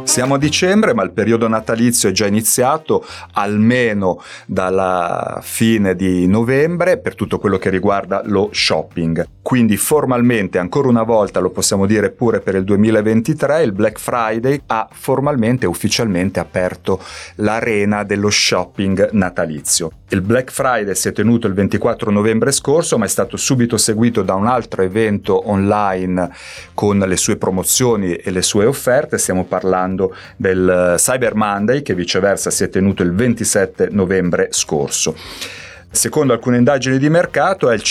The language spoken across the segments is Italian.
Siamo a dicembre, ma il periodo natalizio è già iniziato, almeno dalla fine di novembre, per tutto quello che riguarda lo shopping. Quindi formalmente, ancora una volta, lo possiamo dire pure per il 2023, il Black Friday ha formalmente e ufficialmente aperto l'arena dello shopping natalizio. Il Black Friday si è tenuto il 24 novembre scorso, ma è stato subito seguito da un altro evento online con le sue promozioni e le sue offerte. Stiamo parlando del Cyber Monday, che viceversa si è tenuto il 27 novembre scorso. Secondo alcune indagini di mercato è il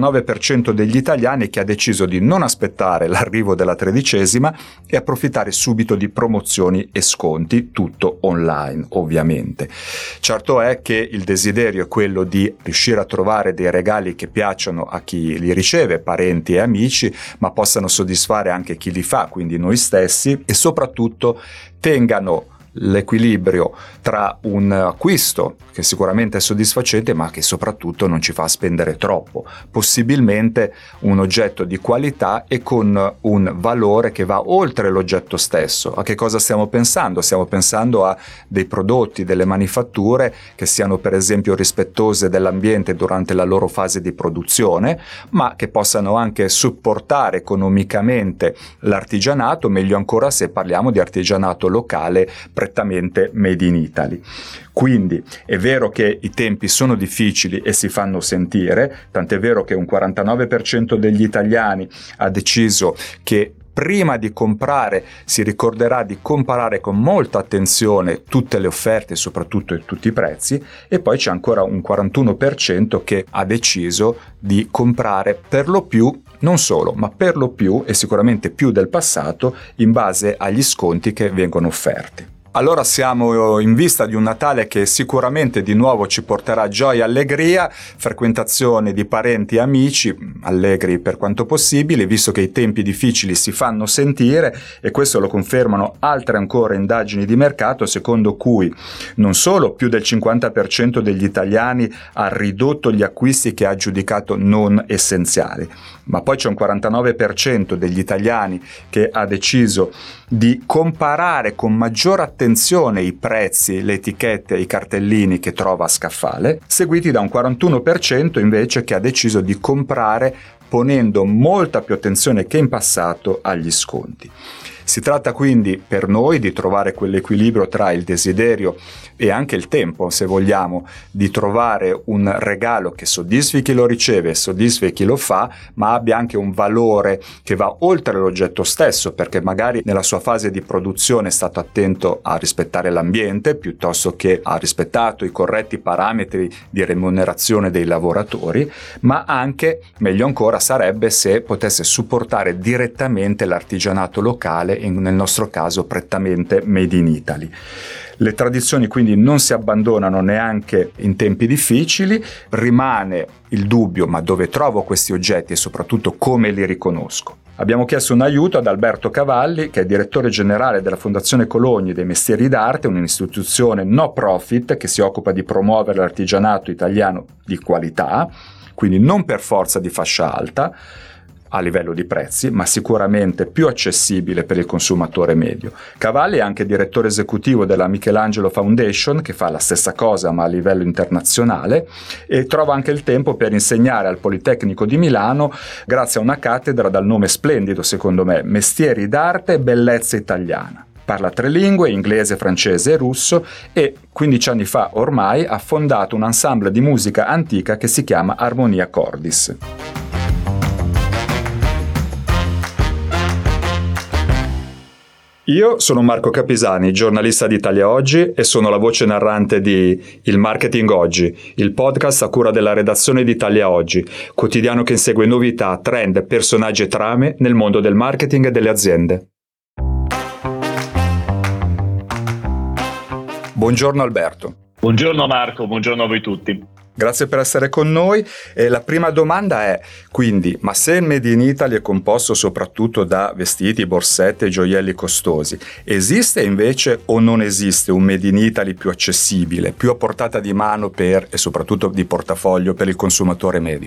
59% degli italiani che ha deciso di non aspettare l'arrivo della 13ª e approfittare subito di promozioni e sconti, tutto online ovviamente. Certo è che il desiderio è quello di riuscire a trovare dei regali che piacciono a chi li riceve, parenti e amici, ma possano soddisfare anche chi li fa, quindi noi stessi, e soprattutto tengano l'equilibrio tra un acquisto che sicuramente è soddisfacente ma che soprattutto non ci fa spendere troppo, possibilmente un oggetto di qualità e con un valore che va oltre l'oggetto stesso. A che cosa stiamo pensando? Stiamo pensando a dei prodotti, delle manifatture che siano per esempio rispettose dell'ambiente durante la loro fase di produzione, ma che possano anche supportare economicamente l'artigianato, meglio ancora se parliamo di artigianato locale prettamente made in Italy. Quindi è vero che i tempi sono difficili e si fanno sentire, tant'è vero che un 49% degli italiani ha deciso che prima di comprare si ricorderà di comparare con molta attenzione tutte le offerte, soprattutto tutti i prezzi, e poi c'è ancora un 41% che ha deciso di comprare per lo più, non solo, ma per lo più e sicuramente più del passato, in base agli sconti che vengono offerti. Allora siamo in vista di un Natale che sicuramente di nuovo ci porterà gioia e allegria, frequentazione di parenti e amici, allegri per quanto possibile, visto che i tempi difficili si fanno sentire, e questo lo confermano altre ancora indagini di mercato, secondo cui non solo più del 50% degli italiani ha ridotto gli acquisti che ha giudicato non essenziali, ma poi c'è un 49% degli italiani che ha deciso di comparare con maggior attenzione i prezzi, le etichette e i cartellini che trova a scaffale, seguiti da un 41% invece che ha deciso di comprare ponendo molta più attenzione che in passato agli sconti. Si tratta quindi per noi di trovare quell'equilibrio tra il desiderio e anche il tempo, se vogliamo, di trovare un regalo che soddisfi chi lo riceve e soddisfi chi lo fa, ma abbia anche un valore che va oltre l'oggetto stesso, perché magari nella sua fase di produzione è stato attento a rispettare l'ambiente piuttosto che ha rispettato i corretti parametri di remunerazione dei lavoratori, ma anche, meglio ancora, sarebbe se potesse supportare direttamente l'artigianato locale, nel nostro caso prettamente made in Italy. Le tradizioni quindi non si abbandonano neanche in tempi difficili, rimane il dubbio: ma dove trovo questi oggetti e soprattutto come li riconosco? Abbiamo chiesto un aiuto ad Alberto Cavalli, che è direttore generale della Fondazione Cologni dei Mestieri d'Arte, un'istituzione no profit che si occupa di promuovere l'artigianato italiano di qualità, quindi non per forza di fascia alta a livello di prezzi, ma sicuramente più accessibile per il consumatore medio. Cavalli è anche direttore esecutivo della Michelangelo Foundation, che fa la stessa cosa ma a livello internazionale, e trova anche il tempo per insegnare al Politecnico di Milano grazie a una cattedra dal nome splendido, secondo me, Mestieri d'arte e bellezza italiana. Parla 3 lingue, inglese, francese e russo, e 15 anni fa ormai ha fondato un ensemble di musica antica che si chiama Armonia Cordis. Io sono Marco Capisani, giornalista di Italia Oggi, e sono la voce narrante di Il Marketing Oggi, il podcast a cura della redazione di Italia Oggi, quotidiano che insegue novità, trend, personaggi e trame nel mondo del marketing e delle aziende. Buongiorno Alberto. Buongiorno Marco, buongiorno a voi tutti. Grazie per essere con noi. La prima domanda è, quindi, ma se il Made in Italy è composto soprattutto da vestiti, borsette e gioielli costosi, esiste invece o non esiste un Made in Italy più accessibile, più a portata di mano e soprattutto di portafoglio per il consumatore medio?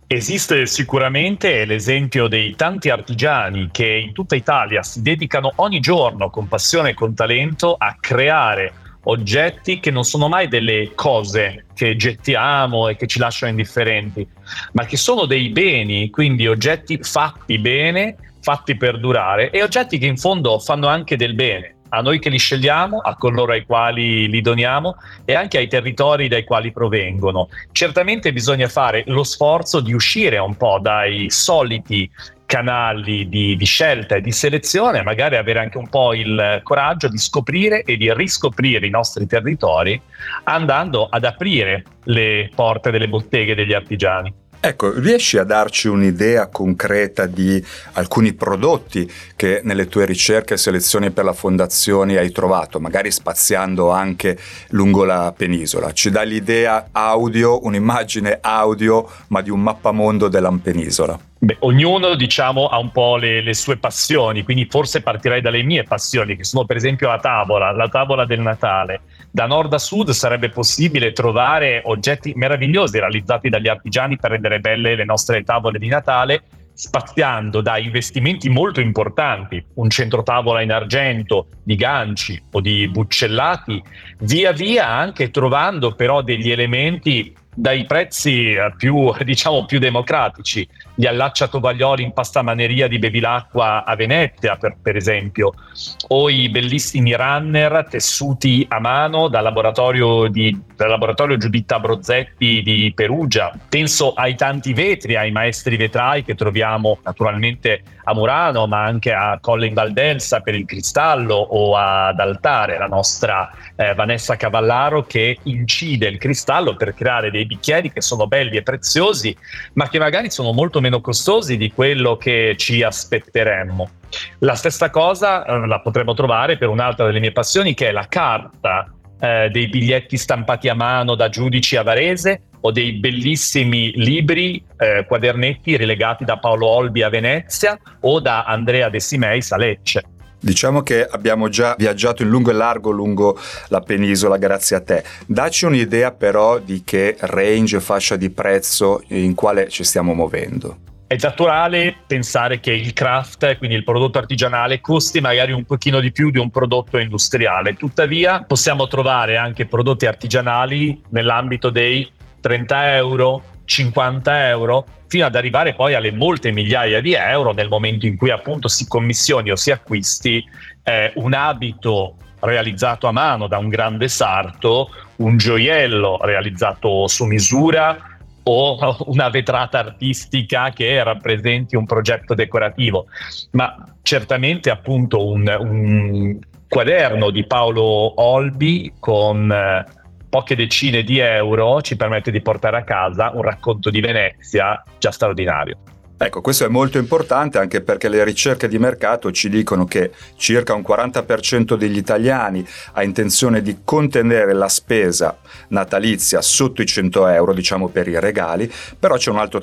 Esiste sicuramente l'esempio dei tanti artigiani che in tutta Italia si dedicano ogni giorno con passione e con talento a creare oggetti che non sono mai delle cose che gettiamo e che ci lasciano indifferenti, ma che sono dei beni, quindi oggetti fatti bene, fatti per durare e oggetti che in fondo fanno anche del bene a noi che li scegliamo, a coloro ai quali li doniamo e anche ai territori dai quali provengono. Certamente bisogna fare lo sforzo di uscire un po' dai soliti canali di scelta e di selezione, magari avere anche un po' il coraggio di scoprire e di riscoprire i nostri territori andando ad aprire le porte delle botteghe degli artigiani. Ecco, riesci a darci un'idea concreta di alcuni prodotti che nelle tue ricerche e selezioni per la fondazione hai trovato, magari spaziando anche lungo la penisola? Ci dai l'idea audio, un'immagine audio, ma di un mappamondo della penisola? Beh, ognuno diciamo ha un po' le sue passioni, quindi forse partirei dalle mie passioni, che sono per esempio la tavola del Natale. Da nord a sud sarebbe possibile trovare oggetti meravigliosi realizzati dagli artigiani per rendere belle le nostre tavole di Natale, spaziando da investimenti molto importanti, un centrotavola in argento, di ganci o di buccellati, via via anche trovando però degli elementi dai prezzi più democratici, gli allacciatovaglioli in pastamaneria di Bevilacqua a Venezia per esempio, o i bellissimi runner tessuti a mano dal laboratorio Giuditta Brozetti di Perugia. Penso ai tanti vetri, ai maestri vetrai che troviamo naturalmente a Murano, ma anche a Colle in Valdelsa per il cristallo, o ad Altare, la nostra Vanessa Cavallaro, che incide il cristallo per creare dei bicchieri che sono belli e preziosi, ma che magari sono molto meno costosi di quello che ci aspetteremmo. La stessa cosa la potremmo trovare per un'altra delle mie passioni, che è la carta dei biglietti stampati a mano da Giudici a Varese, o dei bellissimi libri, quadernetti relegati da Paolo Olbi a Venezia o da Andrea De Simeis a Lecce. Diciamo che abbiamo già viaggiato in lungo e largo lungo la penisola grazie a te. Dacci un'idea però di che range e fascia di prezzo in quale ci stiamo muovendo. È naturale pensare che il craft, quindi il prodotto artigianale, costi magari un pochino di più di un prodotto industriale. Tuttavia possiamo trovare anche prodotti artigianali nell'ambito dei 30 euro, 50 euro, fino ad arrivare poi alle molte migliaia di euro nel momento in cui appunto si commissioni o si acquisti un abito realizzato a mano da un grande sarto, un gioiello realizzato su misura o una vetrata artistica che rappresenti un progetto decorativo. Ma certamente appunto un quaderno di Paolo Olbi con poche decine di euro ci permette di portare a casa un racconto di Venezia già straordinario. Ecco, questo è molto importante anche perché le ricerche di mercato ci dicono che circa un 40% degli italiani ha intenzione di contenere la spesa natalizia sotto i 100 euro, diciamo per i regali, però c'è un altro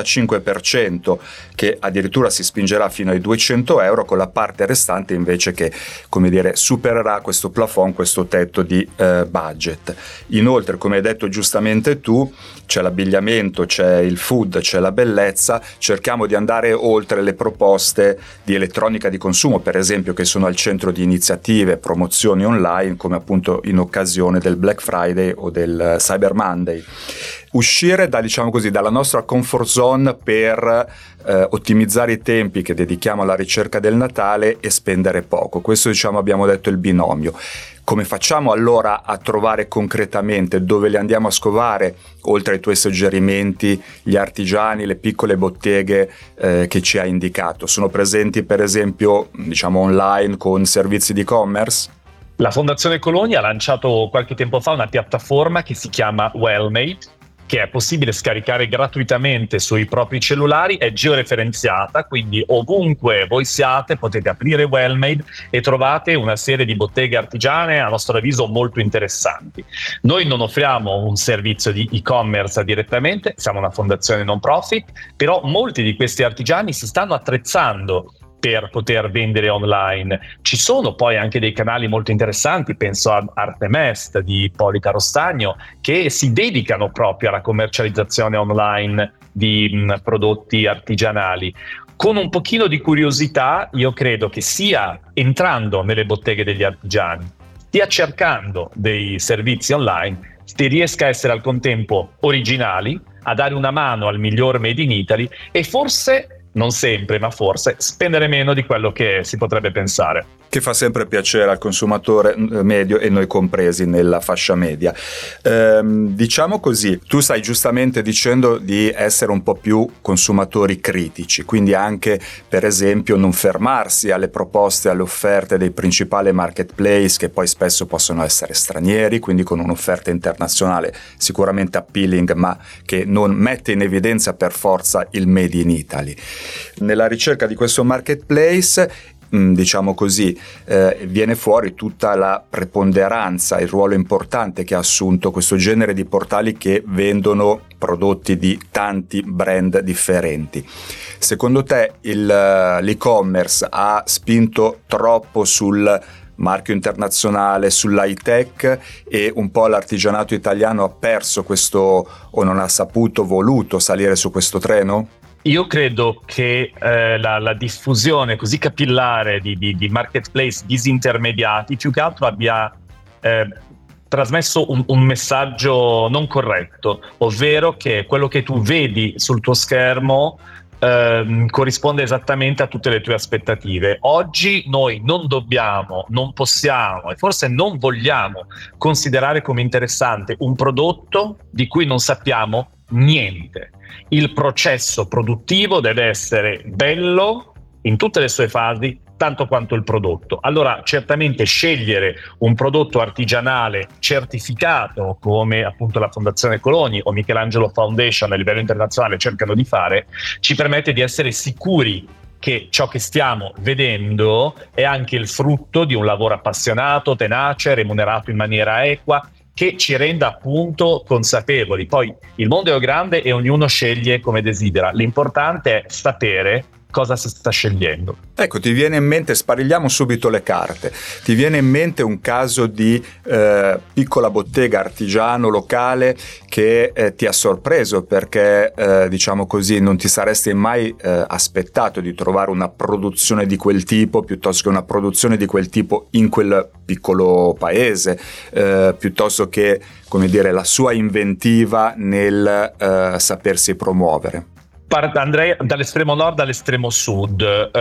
35% che addirittura si spingerà fino ai 200 euro, con la parte restante invece che, come dire, supererà questo plafond, questo tetto di budget. Inoltre, come hai detto giustamente tu, c'è l'abbigliamento, c'è il food, c'è la bellezza. Cerchiamo di andare oltre le proposte di elettronica di consumo, per esempio, che sono al centro di iniziative, promozioni online, come appunto in occasione del Black Friday o del Cyber Monday. Uscire dalla nostra comfort zone per ottimizzare i tempi che dedichiamo alla ricerca del Natale e spendere poco. Questo, abbiamo detto, è il binomio. Come facciamo allora a trovare concretamente dove li andiamo a scovare, oltre ai tuoi suggerimenti, gli artigiani, le piccole botteghe che ci hai indicato? Sono presenti per esempio online con servizi di e-commerce? La Fondazione Colonia ha lanciato qualche tempo fa una piattaforma che si chiama Wellmade, che è possibile scaricare gratuitamente sui propri cellulari, è georeferenziata, quindi ovunque voi siate potete aprire Wellmade e trovate una serie di botteghe artigiane a nostro avviso molto interessanti. Noi non offriamo un servizio di e-commerce direttamente, siamo una fondazione non profit, però molti di questi artigiani si stanno attrezzando per poter vendere online. Ci sono poi anche dei canali molto interessanti, penso a Artemest di Ippolita Rostagno, che si dedicano proprio alla commercializzazione online di prodotti artigianali. Con un pochino di curiosità, io credo che sia entrando nelle botteghe degli artigiani, stia cercando dei servizi online, si riesca a essere al contempo originali, a dare una mano al miglior Made in Italy e forse, non sempre, ma forse, spendere meno di quello che si potrebbe pensare. Che fa sempre piacere al consumatore medio e noi compresi nella fascia media. Diciamo così, tu stai giustamente dicendo di essere un po' più consumatori critici, quindi anche per esempio non fermarsi alle proposte, alle offerte dei principali marketplace che poi spesso possono essere stranieri, quindi con un'offerta internazionale sicuramente appealing ma che non mette in evidenza per forza il Made in Italy. Nella ricerca di questo marketplace, diciamo così, viene fuori tutta la preponderanza, il ruolo importante che ha assunto questo genere di portali che vendono prodotti di tanti brand differenti. Secondo te l'e-commerce ha spinto troppo sul marchio internazionale, sull'high tech e un po' l'artigianato italiano ha perso questo o non ha saputo, voluto salire su questo treno? Io credo che la diffusione così capillare di marketplace disintermediati più che altro abbia trasmesso un messaggio non corretto, ovvero che quello che tu vedi sul tuo schermo corrisponde esattamente a tutte le tue aspettative. Oggi noi non dobbiamo, non possiamo e forse non vogliamo considerare come interessante un prodotto di cui non sappiamo niente. Il processo produttivo deve essere bello in tutte le sue fasi, tanto quanto il prodotto. Allora, certamente scegliere un prodotto artigianale certificato, come appunto la Fondazione Coloni o Michelangelo Foundation a livello internazionale cercano di fare, ci permette di essere sicuri che ciò che stiamo vedendo è anche il frutto di un lavoro appassionato, tenace, remunerato in maniera equa, che ci renda appunto consapevoli. Poi il mondo è grande e ognuno sceglie come desidera. L'importante è sapere cosa si sta scegliendo. Ecco, ti viene in mente, sparigliamo subito le carte, ti viene in mente un caso di piccola bottega artigiano locale che ti ha sorpreso perché diciamo così non ti saresti mai aspettato di trovare una produzione di quel tipo piuttosto che una produzione di quel tipo in quel piccolo paese, piuttosto che, come dire, la sua inventiva nel sapersi promuovere? Andrei dall'estremo nord all'estremo sud.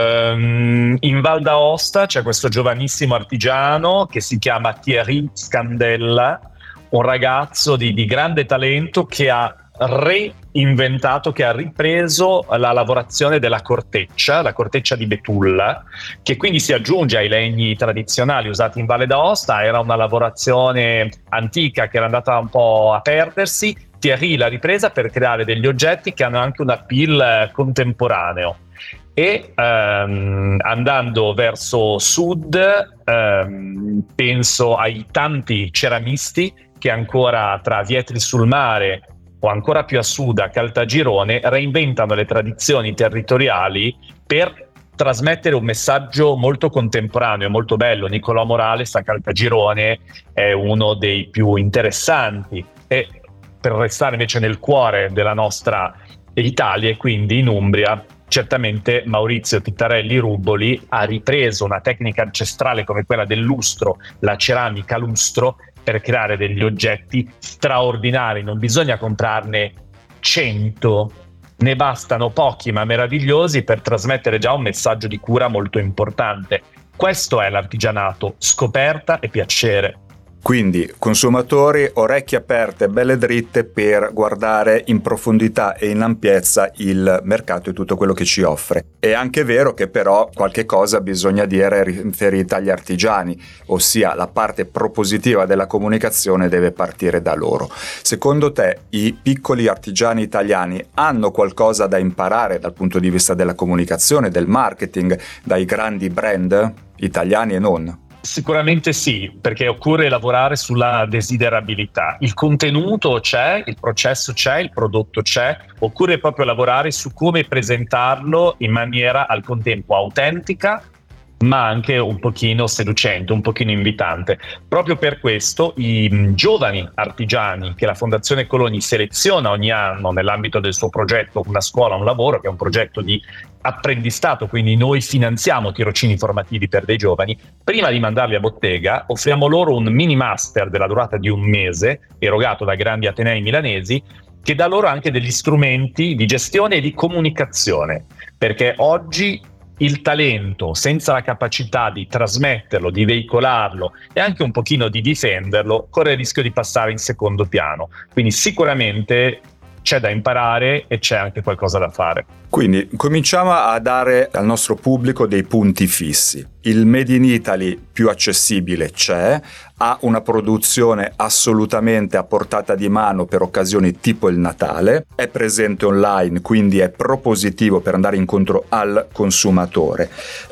In Val d'Aosta c'è questo giovanissimo artigiano che si chiama Thierry Scandella, un ragazzo di grande talento che ha reinventato, che ha ripreso la lavorazione della corteccia, la corteccia di betulla, che quindi si aggiunge ai legni tradizionali usati in Valle d'Aosta. Era una lavorazione antica che era andata un po' a perdersi. Thierry l'ha ripresa per creare degli oggetti che hanno anche un appeal contemporaneo. E andando verso sud, penso ai tanti ceramisti che ancora tra Vietri sul Mare o ancora più a sud a Caltagirone reinventano le tradizioni territoriali per trasmettere un messaggio molto contemporaneo e molto bello. Nicolò Morales a Caltagirone è uno dei più interessanti. E per restare invece nel cuore della nostra Italia e quindi in Umbria, certamente Maurizio Tittarelli Ruboli ha ripreso una tecnica ancestrale come quella del lustro, la ceramica lustro, per creare degli oggetti straordinari. Non bisogna comprarne 100, ne bastano pochi ma meravigliosi per trasmettere già un messaggio di cura molto importante. Questo è l'artigianato: scoperta e piacere. Quindi consumatori, orecchie aperte, belle dritte per guardare in profondità e in ampiezza il mercato e tutto quello che ci offre. È anche vero che però qualche cosa bisogna dire riferita agli artigiani, ossia la parte propositiva della comunicazione deve partire da loro. Secondo te i piccoli artigiani italiani hanno qualcosa da imparare dal punto di vista della comunicazione, del marketing, dai grandi brand italiani e non? Sicuramente sì, perché occorre lavorare sulla desiderabilità. Il contenuto c'è, il processo c'è, il prodotto c'è, occorre proprio lavorare su come presentarlo in maniera al contempo autentica, ma anche un pochino seducente, un pochino invitante. Proprio per questo i giovani artigiani che la Fondazione Cologni seleziona ogni anno nell'ambito del suo progetto Una scuola, un lavoro, che è un progetto di apprendistato, quindi noi finanziamo tirocini formativi per dei giovani, prima di mandarli a bottega offriamo loro un mini master della durata di un mese, erogato da grandi atenei milanesi, che dà loro anche degli strumenti di gestione e di comunicazione, perché oggi il talento senza la capacità di trasmetterlo, di veicolarlo e anche un pochino di difenderlo corre il rischio di passare in secondo piano. Quindi sicuramente c'è da imparare e c'è anche qualcosa da fare. Quindi cominciamo a dare al nostro pubblico dei punti fissi. Il Made in Italy più accessibile c'è, ha una produzione assolutamente a portata di mano per occasioni tipo il Natale, è presente online, quindi è propositivo per andare incontro al consumatore.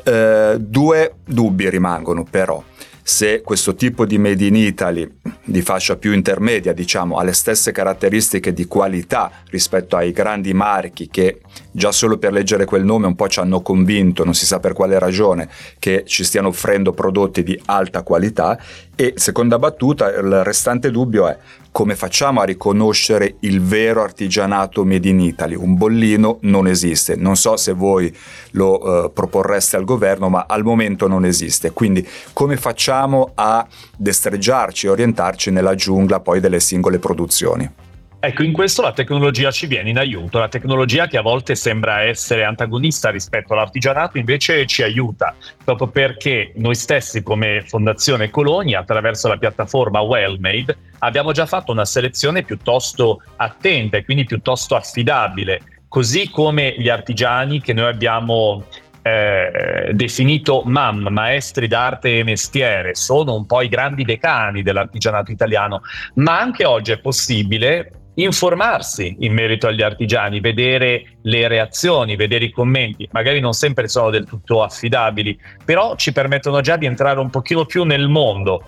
Due dubbi rimangono però. Se questo tipo di Made in Italy di fascia più intermedia, diciamo, ha le stesse caratteristiche di qualità rispetto ai grandi marchi che già solo per leggere quel nome un po' ci hanno convinto, non si sa per quale ragione, che ci stiano offrendo prodotti di alta qualità. E seconda battuta, il restante dubbio è: come facciamo a riconoscere il vero artigianato Made in Italy? Un bollino non esiste, non so se voi lo proporreste al governo, ma al momento non esiste. Quindi come facciamo a destreggiarci e orientarci nella giungla poi delle singole produzioni? Ecco, in questo la tecnologia ci viene in aiuto. La tecnologia, che a volte sembra essere antagonista rispetto all'artigianato, invece ci aiuta, proprio perché noi stessi come Fondazione Cologni, attraverso la piattaforma Wellmade, abbiamo già fatto una selezione piuttosto attenta e quindi piuttosto affidabile, così come gli artigiani che noi abbiamo definito MAM, maestri d'arte e mestiere, sono un po' i grandi decani dell'artigianato italiano, ma anche oggi è possibile informarsi in merito agli artigiani, vedere le reazioni, vedere i commenti. Magari non sempre sono del tutto affidabili, però ci permettono già di entrare un pochino più nel mondo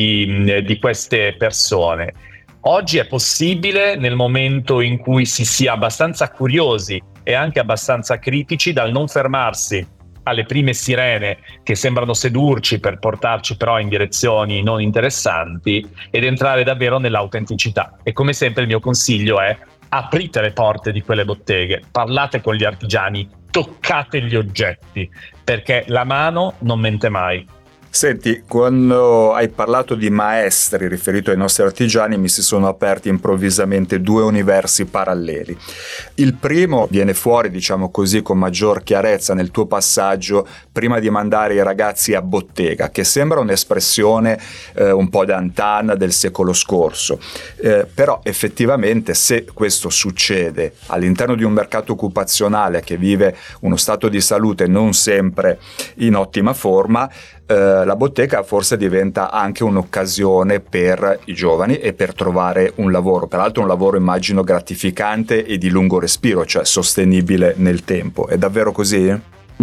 di queste persone. Oggi è possibile, nel momento in cui si sia abbastanza curiosi e anche abbastanza critici, dal non fermarsi alle prime sirene che sembrano sedurci per portarci però in direzioni non interessanti, ed entrare davvero nell'autenticità. E come sempre il mio consiglio è: aprite le porte di quelle botteghe, parlate con gli artigiani, toccate gli oggetti, perché la mano non mente mai. Senti, quando hai parlato di maestri riferito ai nostri artigiani, mi si sono aperti improvvisamente due universi paralleli. Il primo viene fuori, diciamo così, con maggior chiarezza nel tuo passaggio prima di mandare i ragazzi a bottega, che sembra un'espressione un po' d'antan del secolo scorso. Però effettivamente, se questo succede all'interno di un mercato occupazionale che vive uno stato di salute non sempre in ottima forma, la bottega forse diventa anche un'occasione per i giovani e per trovare un lavoro, peraltro un lavoro immagino gratificante e di lungo respiro, cioè sostenibile nel tempo. È davvero così?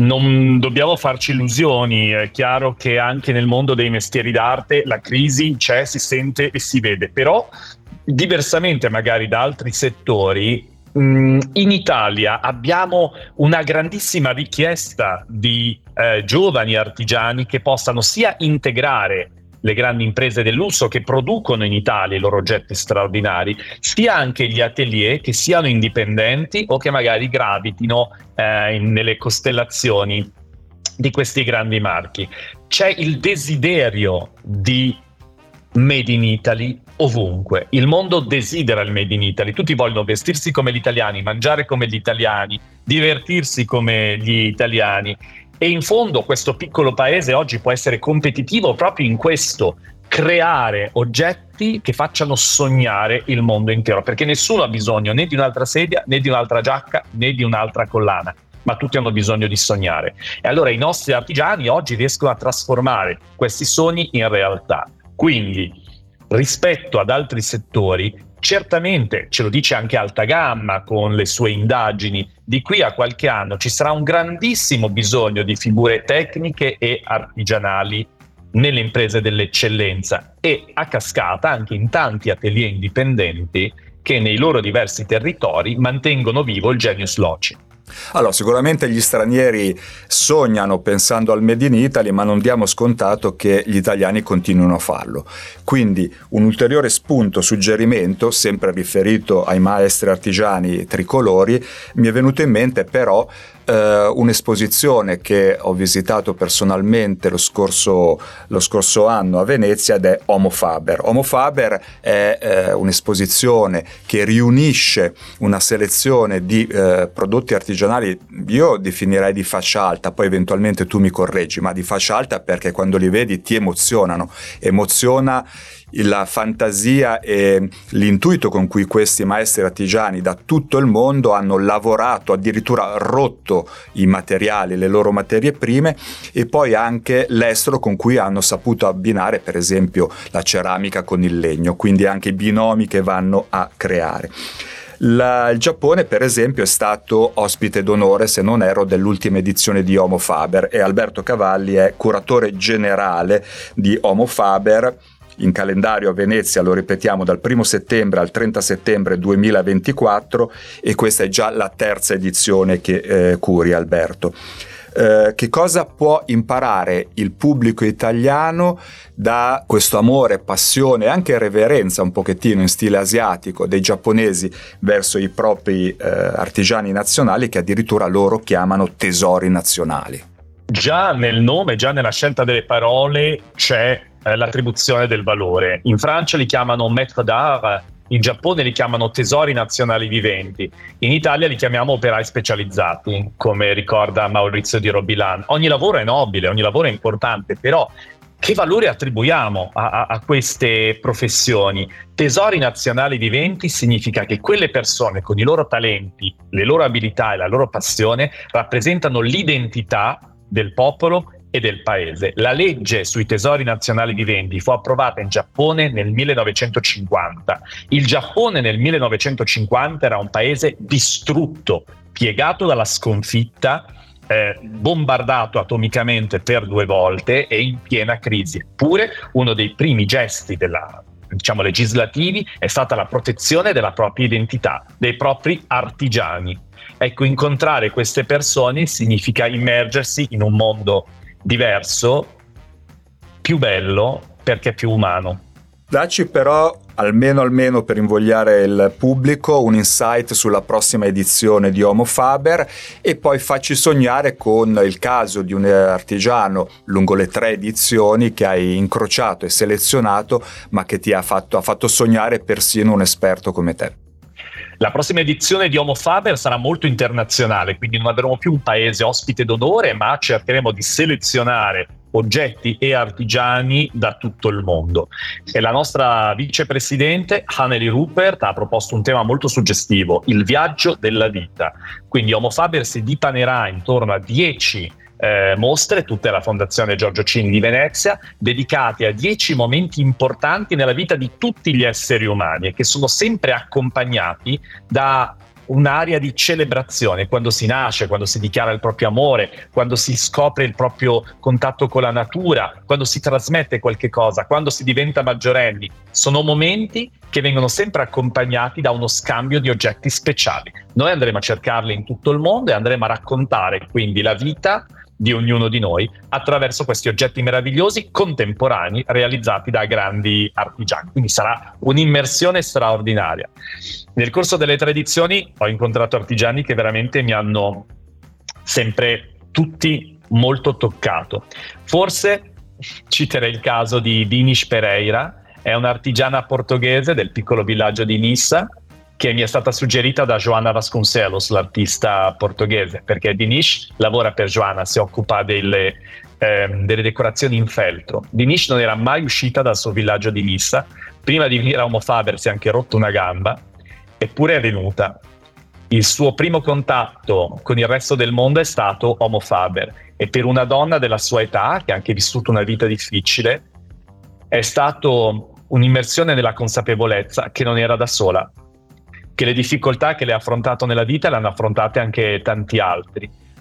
Non dobbiamo farci illusioni, è chiaro che anche nel mondo dei mestieri d'arte la crisi c'è, si sente e si vede, però diversamente magari da altri settori, in Italia abbiamo una grandissima richiesta di giovani artigiani che possano sia integrare le grandi imprese del lusso che producono in Italia i loro oggetti straordinari, sia anche gli atelier che siano indipendenti o che magari gravitino nelle costellazioni di questi grandi marchi. C'è il desiderio di Made in Italy ovunque. Il mondo desidera il Made in Italy. Tutti vogliono vestirsi come gli italiani, mangiare come gli italiani, divertirsi come gli italiani. E in fondo questo piccolo paese oggi può essere competitivo proprio in questo: creare oggetti che facciano sognare il mondo intero, perché nessuno ha bisogno né di un'altra sedia, né di un'altra giacca, né di un'altra collana, ma tutti hanno bisogno di sognare. E allora i nostri artigiani oggi riescono a trasformare questi sogni in realtà. Quindi, rispetto ad altri settori, certamente, ce lo dice anche Alta Gamma con le sue indagini, di qui a qualche anno ci sarà un grandissimo bisogno di figure tecniche e artigianali nelle imprese dell'eccellenza e a cascata anche in tanti atelier indipendenti che nei loro diversi territori mantengono vivo il genius loci. Allora, sicuramente gli stranieri sognano pensando al Made in Italy, ma non diamo scontato che gli italiani continuino a farlo. Quindi un ulteriore spunto, suggerimento, sempre riferito ai maestri artigiani tricolori, mi è venuto in mente però un'esposizione che ho visitato personalmente lo scorso anno a Venezia, ed è Homo Faber. Homo Faber è un'esposizione che riunisce una selezione di prodotti artigianali, io definirei di fascia alta, poi eventualmente tu mi correggi, ma di fascia alta perché quando li vedi ti emozionano, emoziona la fantasia e l'intuito con cui questi maestri artigiani da tutto il mondo hanno lavorato, addirittura rotto i materiali, le loro materie prime, e poi anche l'estro con cui hanno saputo abbinare per esempio la ceramica con il legno, quindi anche i binomi che vanno a creare. Il Giappone per esempio è stato ospite d'onore, se non erro, dell'ultima edizione di Homo Faber, e Alberto Cavalli è curatore generale di Homo Faber, in calendario a Venezia, lo ripetiamo, dal 1 settembre al 30 settembre 2024, e questa è già la terza edizione che curi, Alberto. Che cosa può imparare il pubblico italiano da questo amore, passione e anche reverenza un pochettino in stile asiatico dei giapponesi verso i propri artigiani nazionali, che addirittura loro chiamano tesori nazionali? Già nel nome, già nella scelta delle parole c'è l'attribuzione del valore. In Francia li chiamano maître d'art, in Giappone li chiamano tesori nazionali viventi, in Italia li chiamiamo operai specializzati, come ricorda Maurizio di Robilan. Ogni lavoro è nobile, ogni lavoro è importante, però che valore attribuiamo a queste professioni? Tesori nazionali viventi significa che quelle persone con i loro talenti, le loro abilità e la loro passione rappresentano l'identità del popolo e del paese. La legge sui tesori nazionali viventi fu approvata in Giappone nel 1950. Il Giappone nel 1950 era un paese distrutto, piegato dalla sconfitta, bombardato atomicamente per 2 volte e in piena crisi. Eppure uno dei primi gesti legislativi è stata la protezione della propria identità, dei propri artigiani. Ecco, incontrare queste persone significa immergersi in un mondo diverso, più bello, perché più umano. Dacci però, almeno per invogliare il pubblico, un insight sulla prossima edizione di Homo Faber, e poi facci sognare con il caso di un artigiano lungo le 3 edizioni che hai incrociato e selezionato, ma che ti ha fatto sognare persino un esperto come te. La prossima edizione di Homo Faber sarà molto internazionale, quindi non avremo più un paese ospite d'onore, ma cercheremo di selezionare oggetti e artigiani da tutto il mondo. E la nostra vicepresidente Anneli Ruppert ha proposto un tema molto suggestivo: il viaggio della vita. Quindi Homo Faber si dipanerà intorno a 10 mostre, tutte alla Fondazione Giorgio Cini di Venezia, dedicate a 10 momenti importanti nella vita di tutti gli esseri umani e che sono sempre accompagnati da un'area di celebrazione, quando si nasce, quando si dichiara il proprio amore, quando si scopre il proprio contatto con la natura, quando si trasmette qualche cosa, quando si diventa maggiorenni. Sono momenti che vengono sempre accompagnati da uno scambio di oggetti speciali. Noi andremo a cercarli in tutto il mondo e andremo a raccontare quindi la vita di ognuno di noi attraverso questi oggetti meravigliosi contemporanei realizzati da grandi artigiani. Quindi sarà un'immersione straordinaria. Nel corso delle 3 edizioni ho incontrato artigiani che veramente mi hanno sempre tutti molto toccato. Forse citerei il caso di Dinis Pereira, è un'artigiana portoghese del piccolo villaggio di Nissa, che mi è stata suggerita da Joana Vasconcelos, l'artista portoghese, perché Dinis lavora per Joana, si occupa delle decorazioni in feltro. Dinis non era mai uscita dal suo villaggio di Nissa, prima di venire a Homo Faber si è anche rotto una gamba, eppure è venuta. Il suo primo contatto con il resto del mondo è stato Homo Faber, e per una donna della sua età, che ha anche vissuto una vita difficile, è stato un'immersione nella consapevolezza che non era da sola, che le difficoltà che le ha affrontato nella vita le hanno affrontate anche tanti altri,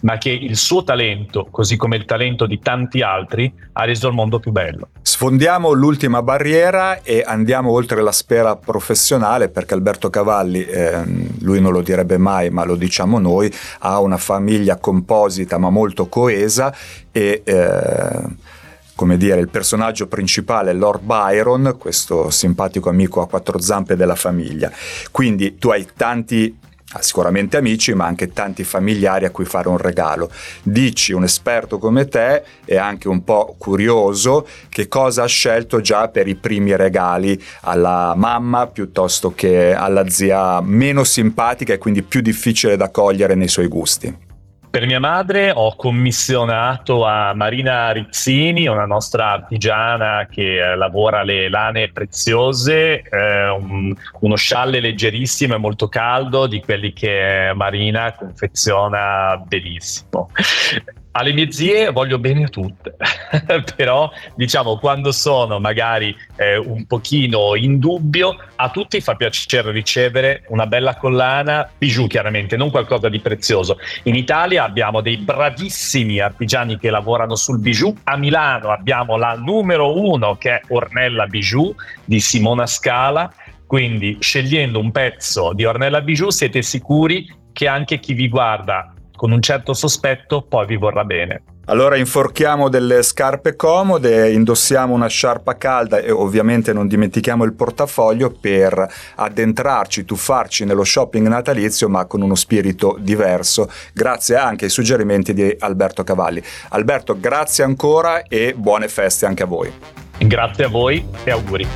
ma che il suo talento, così come il talento di tanti altri, ha reso il mondo più bello. Sfondiamo l'ultima barriera e andiamo oltre la sfera professionale, perché Alberto Cavalli, lui non lo direbbe mai, ma lo diciamo noi, ha una famiglia composita ma molto coesa e come dire, il personaggio principale è Lord Byron, questo simpatico amico a quattro zampe della famiglia. Quindi tu hai tanti sicuramente amici, ma anche tanti familiari a cui fare un regalo. Dici, un esperto come te è anche un po' curioso, che cosa ha scelto già per i primi regali alla mamma piuttosto che alla zia meno simpatica e quindi più difficile da cogliere nei suoi gusti? Per mia madre ho commissionato a Marina Rizzini, una nostra artigiana che lavora le lane preziose, uno scialle leggerissimo e molto caldo, di quelli che Marina confeziona benissimo. Alle mie zie voglio bene a tutte, però diciamo quando sono magari un pochino in dubbio, a tutti fa piacere ricevere una bella collana, bijou chiaramente, non qualcosa di prezioso. In Italia abbiamo dei bravissimi artigiani che lavorano sul bijou. A Milano abbiamo la numero 1 che è Ornella Bijou di Simona Scala, quindi scegliendo un pezzo di Ornella Bijou siete sicuri che anche chi vi guarda con un certo sospetto poi vi vorrà bene. Allora inforchiamo delle scarpe comode, indossiamo una sciarpa calda e ovviamente non dimentichiamo il portafoglio per addentrarci, tuffarci nello shopping natalizio, ma con uno spirito diverso, grazie anche ai suggerimenti di Alberto Cavalli. Alberto, grazie ancora e buone feste anche a voi. Grazie a voi e auguri.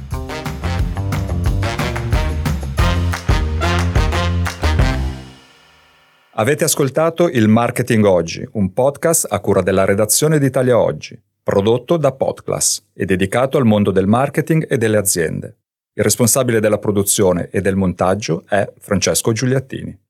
Avete ascoltato Il Marketing Oggi, un podcast a cura della redazione di Italia Oggi, prodotto da Podclass e dedicato al mondo del marketing e delle aziende. Il responsabile della produzione e del montaggio è Francesco Giuliattini.